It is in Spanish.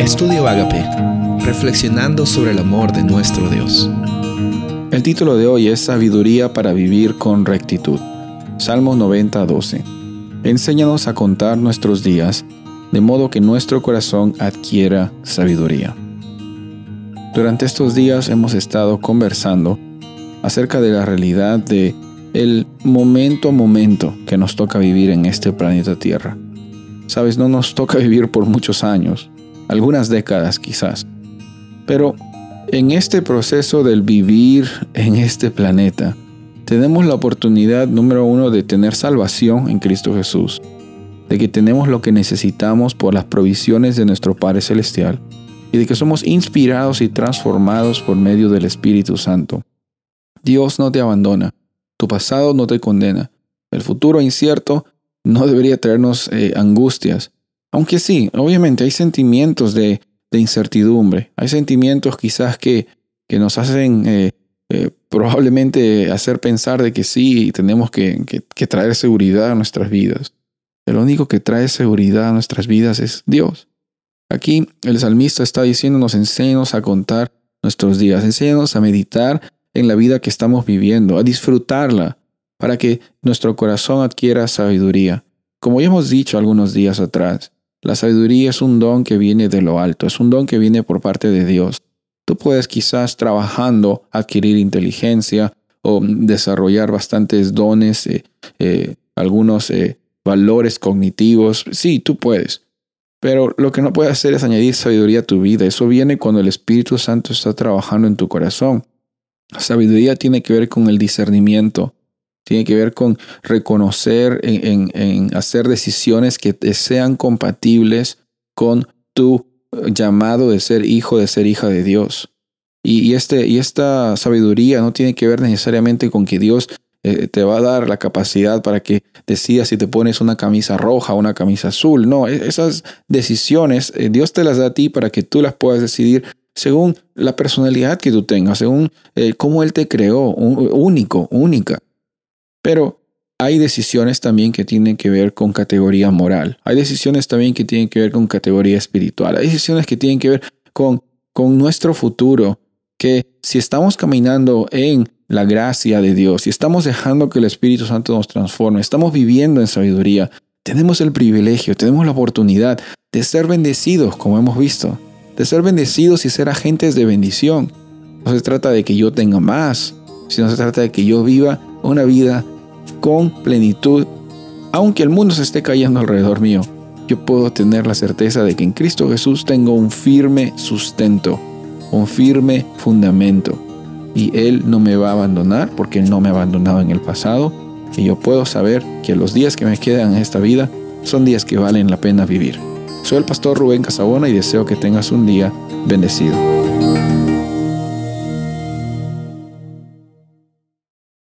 Estudio Ágape, reflexionando sobre el amor de nuestro Dios. El título de hoy es Sabiduría para vivir con rectitud. Salmos 90:12. Enséñanos a contar nuestros días, de modo que nuestro corazón adquiera sabiduría. Durante estos días hemos estado conversando acerca de la realidad de el momento a momento que nos toca vivir en este planeta Tierra. Sabes, no nos toca vivir por muchos años, algunas décadas quizás, pero en este proceso del vivir en este planeta, tenemos la oportunidad, número uno, de tener salvación en Cristo Jesús, de que tenemos lo que necesitamos por las provisiones de nuestro Padre Celestial y de que somos inspirados y transformados por medio del Espíritu Santo. Dios no te abandona, tu pasado no te condena, el futuro incierto no debería traernos angustias, aunque sí, obviamente hay sentimientos de incertidumbre, hay sentimientos quizás que nos hacen probablemente hacer pensar de que sí, tenemos que traer seguridad a nuestras vidas. El único que trae seguridad a nuestras vidas es Dios. Aquí el salmista está diciéndonos: enséñanos a contar nuestros días, enséñanos a meditar en la vida que estamos viviendo, a disfrutarla, para que nuestro corazón adquiera sabiduría. Como ya hemos dicho algunos días atrás, la sabiduría es un don que viene de lo alto, es un don que viene por parte de Dios. Tú puedes quizás trabajando adquirir inteligencia o desarrollar bastantes dones, algunos valores cognitivos. Sí, tú puedes. Pero lo que no puedes hacer es añadir sabiduría a tu vida. Eso viene cuando el Espíritu Santo está trabajando en tu corazón. La sabiduría tiene que ver con el discernimiento. Tiene que ver con reconocer, en hacer decisiones que te sean compatibles con tu llamado de ser hijo, de ser hija de Dios. Y esta sabiduría no tiene que ver necesariamente con que Dios te va a dar la capacidad para que decidas si te pones una camisa roja o una camisa azul. No, esas decisiones Dios te las da a ti para que tú las puedas decidir según la personalidad que tú tengas, según cómo Él te creó, única. Pero hay decisiones también que tienen que ver con categoría moral. Hay decisiones también que tienen que ver con categoría espiritual. Hay decisiones que tienen que ver con nuestro futuro. Que si estamos caminando en la gracia de Dios, si estamos dejando que el Espíritu Santo nos transforme, estamos viviendo en sabiduría, tenemos el privilegio, tenemos la oportunidad de ser bendecidos, como hemos visto. De ser bendecidos y ser agentes de bendición. No se trata de que yo tenga más, sino se trata de que yo viva una vida con plenitud. Aunque el mundo se esté cayendo alrededor mío, yo puedo tener la certeza de que en Cristo Jesús tengo un firme sustento, un firme fundamento. Y Él no me va a abandonar porque Él no me ha abandonado en el pasado. Y yo puedo saber que los días que me quedan en esta vida son días que valen la pena vivir. Soy el pastor Rubén Casabona y deseo que tengas un día bendecido.